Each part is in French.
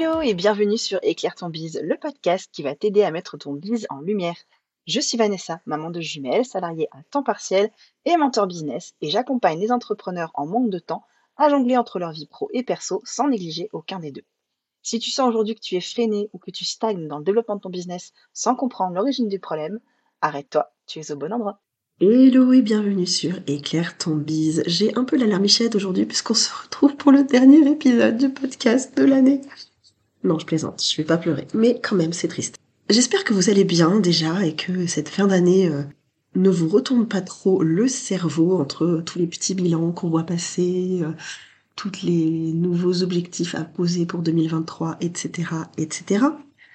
Hello et bienvenue sur Éclaire ton bise, le podcast qui va t'aider à mettre ton bise en lumière. Je suis Vanessa, maman de jumelles, salariée à temps partiel et mentor business, et j'accompagne les entrepreneurs en manque de temps à jongler entre leur vie pro et perso sans négliger aucun des deux. Si tu sens aujourd'hui que tu es freiné ou que tu stagnes dans le développement de ton business sans comprendre l'origine du problème, arrête-toi, tu es au bon endroit. Hello et bienvenue sur Éclaire ton bise. J'ai un peu la larmichette aujourd'hui puisqu'on se retrouve pour le dernier épisode du podcast de l'année. Non, je plaisante, je vais pas pleurer, mais quand même c'est triste. J'espère que vous allez bien déjà et que cette fin d'année ne vous retourne pas trop le cerveau entre tous les petits bilans qu'on voit passer, tous les nouveaux objectifs à poser pour 2023, etc., etc.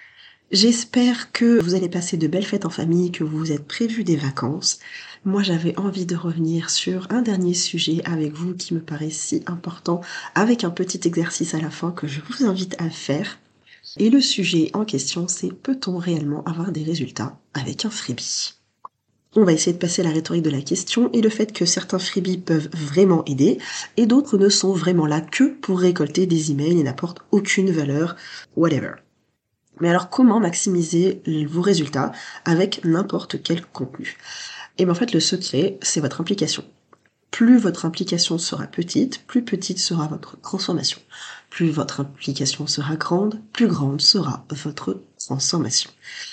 J'espère que vous allez passer de belles fêtes en famille, que vous vous êtes prévu des vacances. Moi, j'avais envie de revenir sur un dernier sujet avec vous qui me paraît si important, avec un petit exercice à la fin que je vous invite à faire. Et le sujet en question, c'est peut-on réellement avoir des résultats avec un freebie ? On va essayer de passer à la rhétorique de la question et le fait que certains freebies peuvent vraiment aider et d'autres ne sont vraiment là que pour récolter des emails et n'apportent aucune valeur, whatever. Mais alors, comment maximiser vos résultats avec n'importe quel contenu ? Et bien en fait, le secret, c'est votre implication. Plus votre implication sera petite, plus petite sera votre transformation. Plus votre implication sera grande, plus grande sera votre transformation.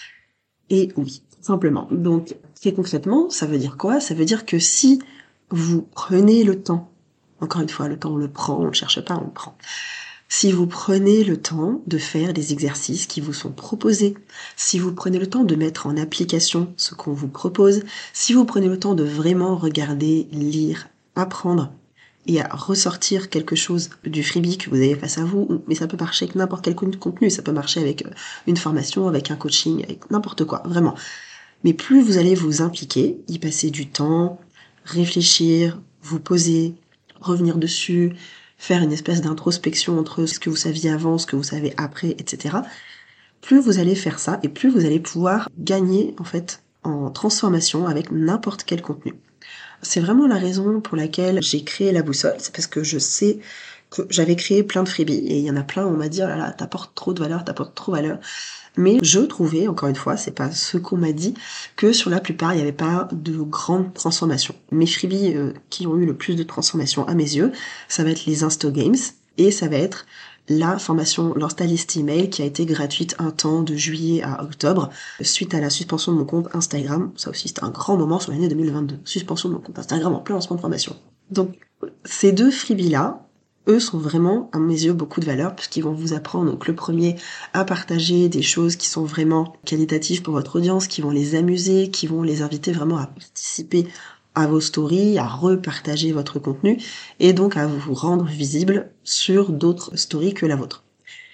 Et oui, simplement. Donc, très concrètement, ça veut dire quoi ? Ça veut dire que si vous prenez le temps, encore une fois, le temps on le prend, on ne le cherche pas, on le prend. Si vous prenez le temps de faire des exercices qui vous sont proposés, si vous prenez le temps de mettre en application ce qu'on vous propose, si vous prenez le temps de vraiment regarder, lire, apprendre et à ressortir quelque chose du freebie que vous avez face à vous, mais ça peut marcher avec n'importe quel contenu, ça peut marcher avec une formation, avec un coaching, avec n'importe quoi, vraiment. Mais plus vous allez vous impliquer, y passer du temps, réfléchir, vous poser, revenir dessus, faire une espèce d'introspection entre ce que vous saviez avant, ce que vous savez après, etc. Plus vous allez faire ça et plus vous allez pouvoir gagner en fait en transformation avec n'importe quel contenu. C'est vraiment la raison pour laquelle j'ai créé la boussole, c'est parce que je sais que j'avais créé plein de freebies et il y en a plein où on m'a dit oh là là, t'apportes trop de valeur, t'apportes trop de valeur. Mais je trouvais, encore une fois, c'est pas ce qu'on m'a dit, que sur la plupart, il n'y avait pas de grande transformation. Mes freebies qui ont eu le plus de transformation à mes yeux, ça va être les Insta Games et ça va être la formation l'Insta List Email qui a été gratuite un temps de juillet à octobre suite à la suspension de mon compte Instagram. Ça aussi, c'était un grand moment sur l'année 2022. Suspension de mon compte Instagram en plein lancement de formation. Donc, ces deux freebies-là, eux sont vraiment, à mes yeux, beaucoup de valeur puisqu'ils vont vous apprendre, donc le premier, à partager des choses qui sont vraiment qualitatives pour votre audience, qui vont les amuser, qui vont les inviter vraiment à participer à vos stories, à repartager votre contenu et donc à vous rendre visible sur d'autres stories que la vôtre.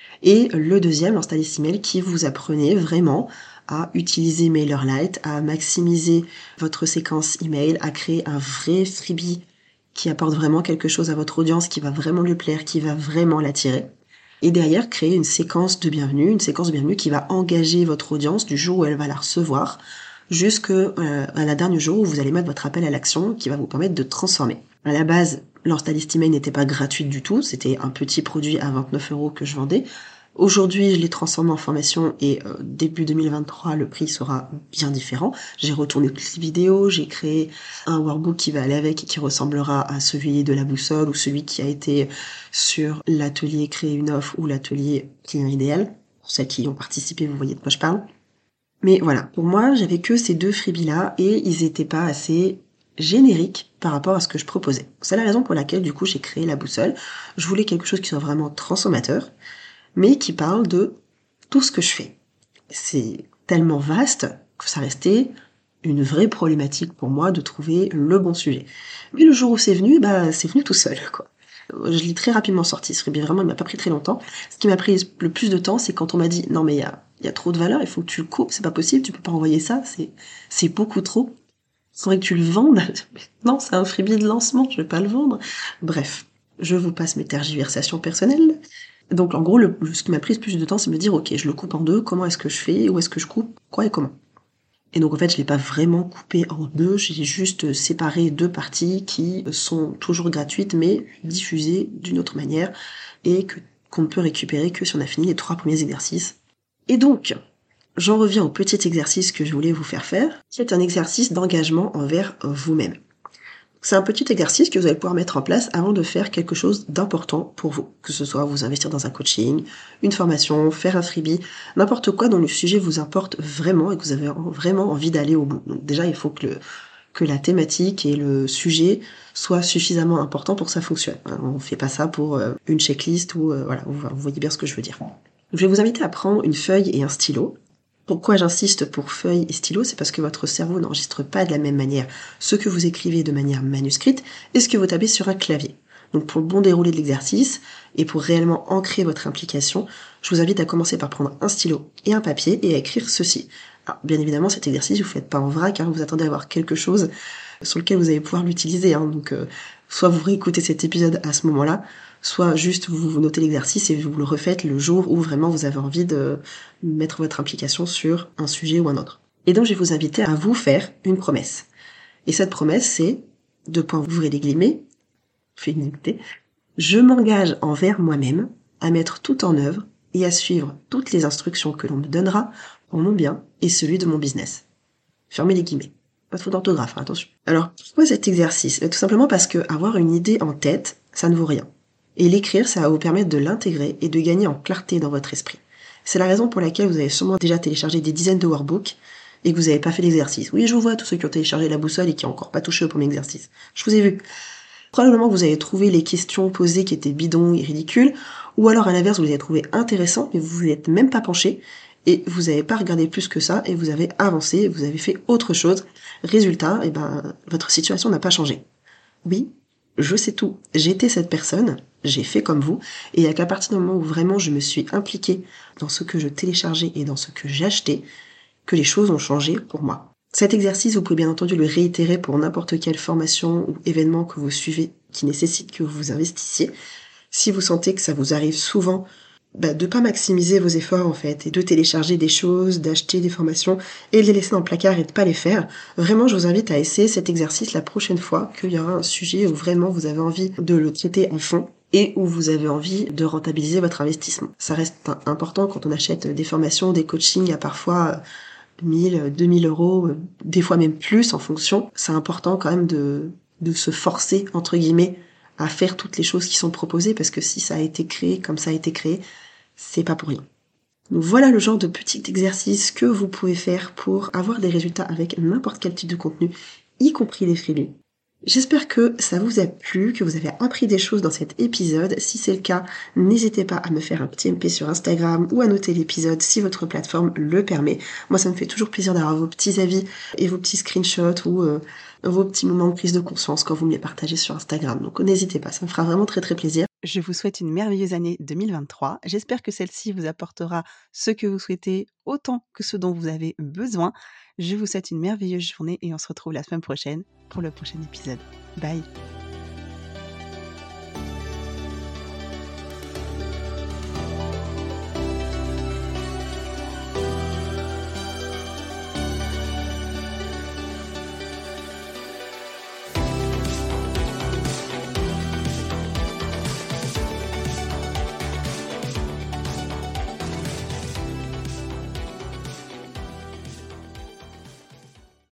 Et le deuxième, l'Insta-List Email, qui vous apprenez vraiment à utiliser MailerLite, à maximiser votre séquence email, à créer un vrai freebie qui apporte vraiment quelque chose à votre audience, qui va vraiment lui plaire, qui va vraiment l'attirer. Et derrière, créer une séquence de bienvenue qui va engager votre audience du jour où elle va la recevoir jusqu'à la dernière jour où vous allez mettre votre appel à l'action qui va vous permettre de transformer. À la base, l'Insta-List Email n'était pas gratuite du tout, c'était un petit produit à 29 € que je vendais. Aujourd'hui, je l'ai transformé en formation et début 2023, le prix sera bien différent. J'ai retourné toutes les vidéos, j'ai créé un workbook qui va aller avec et qui ressemblera à celui de la boussole ou celui qui a été sur l'atelier créer une offre ou l'atelier client idéal. Pour celles qui y ont participé, vous voyez de quoi je parle. Mais voilà, pour moi, j'avais que ces deux freebies-là et ils étaient pas assez génériques par rapport à ce que je proposais. C'est la raison pour laquelle, du coup, j'ai créé la boussole. Je voulais quelque chose qui soit vraiment transformateur, mais qui parle de tout ce que je fais. C'est tellement vaste que ça restait une vraie problématique pour moi de trouver le bon sujet. Mais le jour où c'est venu tout seul, quoi. Je l'ai très rapidement sorti, ce freebie, vraiment, il m'a pas pris très longtemps. Ce qui m'a pris le plus de temps, c'est quand on m'a dit, non mais il y a trop de valeur, il faut que tu le coupes, c'est pas possible, tu peux pas envoyer ça, c'est beaucoup trop. Il faudrait que tu le vendes. Non, c'est un freebie de lancement, je vais pas le vendre. Bref, je vous passe mes tergiversations personnelles. Donc en gros, ce qui m'a pris le plus de temps, c'est me dire, ok, je le coupe en deux, comment est-ce que je fais, où est-ce que je coupe, quoi et comment. Et donc en fait, je l'ai pas vraiment coupé en deux, j'ai juste séparé deux parties qui sont toujours gratuites, mais diffusées d'une autre manière, et que qu'on ne peut récupérer que si on a fini les 3 premiers exercices. Et donc, j'en reviens au petit exercice que je voulais vous faire faire, qui est un exercice d'engagement envers vous-même. C'est un petit exercice que vous allez pouvoir mettre en place avant de faire quelque chose d'important pour vous. Que ce soit vous investir dans un coaching, une formation, faire un freebie, n'importe quoi dont le sujet vous importe vraiment et que vous avez vraiment envie d'aller au bout. Donc déjà, il faut que la thématique et le sujet soient suffisamment importants pour que ça fonctionne. On ne fait pas ça pour une checklist ou voilà, vous voyez bien ce que je veux dire. Donc, je vais vous inviter à prendre une feuille et un stylo. Pourquoi j'insiste pour feuille et stylo, c'est parce que votre cerveau n'enregistre pas de la même manière ce que vous écrivez de manière manuscrite et ce que vous tapez sur un clavier. Donc pour le bon déroulé de l'exercice et pour réellement ancrer votre implication, je vous invite à commencer par prendre un stylo et un papier et à écrire ceci. Alors, bien évidemment, cet exercice, vous ne faites pas en vrac, vous attendez à avoir quelque chose sur lequel vous allez pouvoir l'utiliser. Donc, soit vous réécoutez cet épisode à ce moment-là, soit juste vous notez l'exercice et vous le refaites le jour où vraiment vous avez envie de mettre votre implication sur un sujet ou un autre. Et donc, je vais vous inviter à vous faire une promesse. Et cette promesse, c'est, vous ouvrez les guillemets, féminité, je m'engage envers moi-même à mettre tout en œuvre et à suivre toutes les instructions que l'on me donnera pour mon bien et celui de mon business. Fermez les guillemets. Pas de faute d'orthographe, attention. Alors, pourquoi cet exercice ? Tout simplement parce que avoir une idée en tête, ça ne vaut rien. Et l'écrire, ça va vous permettre de l'intégrer et de gagner en clarté dans votre esprit. C'est la raison pour laquelle vous avez sûrement déjà téléchargé des dizaines de workbooks et que vous n'avez pas fait l'exercice. Oui, je vous vois, tous ceux qui ont téléchargé la boussole et qui n'ont encore pas touché au premier exercice. Je vous ai vu. Probablement que vous avez trouvé les questions posées qui étaient bidons et ridicules, ou alors à l'inverse, vous les avez trouvées intéressantes, mais vous vous êtes même pas penché, et vous n'avez pas regardé plus que ça, et vous avez avancé, vous avez fait autre chose. Résultat, votre situation n'a pas changé. Oui, je sais tout. J'étais cette personne, j'ai fait comme vous, et il n'y a qu'à partir du moment où vraiment je me suis impliquée dans ce que je téléchargeais et dans ce que j'achetais, que les choses ont changé pour moi. Cet exercice, vous pouvez bien entendu le réitérer pour n'importe quelle formation ou événement que vous suivez qui nécessite que vous investissiez. Si vous sentez que ça vous arrive souvent, de pas maximiser vos efforts en fait et de télécharger des choses, d'acheter des formations et de les laisser dans le placard et de pas les faire. Vraiment, je vous invite à essayer cet exercice la prochaine fois qu'il y aura un sujet où vraiment vous avez envie de le traiter en fond et où vous avez envie de rentabiliser votre investissement. Ça reste important quand on achète des formations, des coachings à parfois 1000, 2000 euros, des fois même plus en fonction. C'est important quand même de se forcer, entre guillemets, à faire toutes les choses qui sont proposées parce que si ça a été créé comme ça a été créé, c'est pas pour rien. Donc voilà le genre de petit exercice que vous pouvez faire pour avoir des résultats avec n'importe quel type de contenu, y compris les freebies. J'espère que ça vous a plu, que vous avez appris des choses dans cet épisode. Si c'est le cas, n'hésitez pas à me faire un petit MP sur Instagram ou à noter l'épisode si votre plateforme le permet. Moi, ça me fait toujours plaisir d'avoir vos petits avis et vos petits screenshots ou vos petits moments de prise de conscience quand vous me les partagez sur Instagram. Donc n'hésitez pas, ça me fera vraiment très très plaisir. Je vous souhaite une merveilleuse année 2023. J'espère que celle-ci vous apportera ce que vous souhaitez autant que ce dont vous avez besoin. Je vous souhaite une merveilleuse journée et on se retrouve la semaine prochaine pour le prochain épisode. Bye!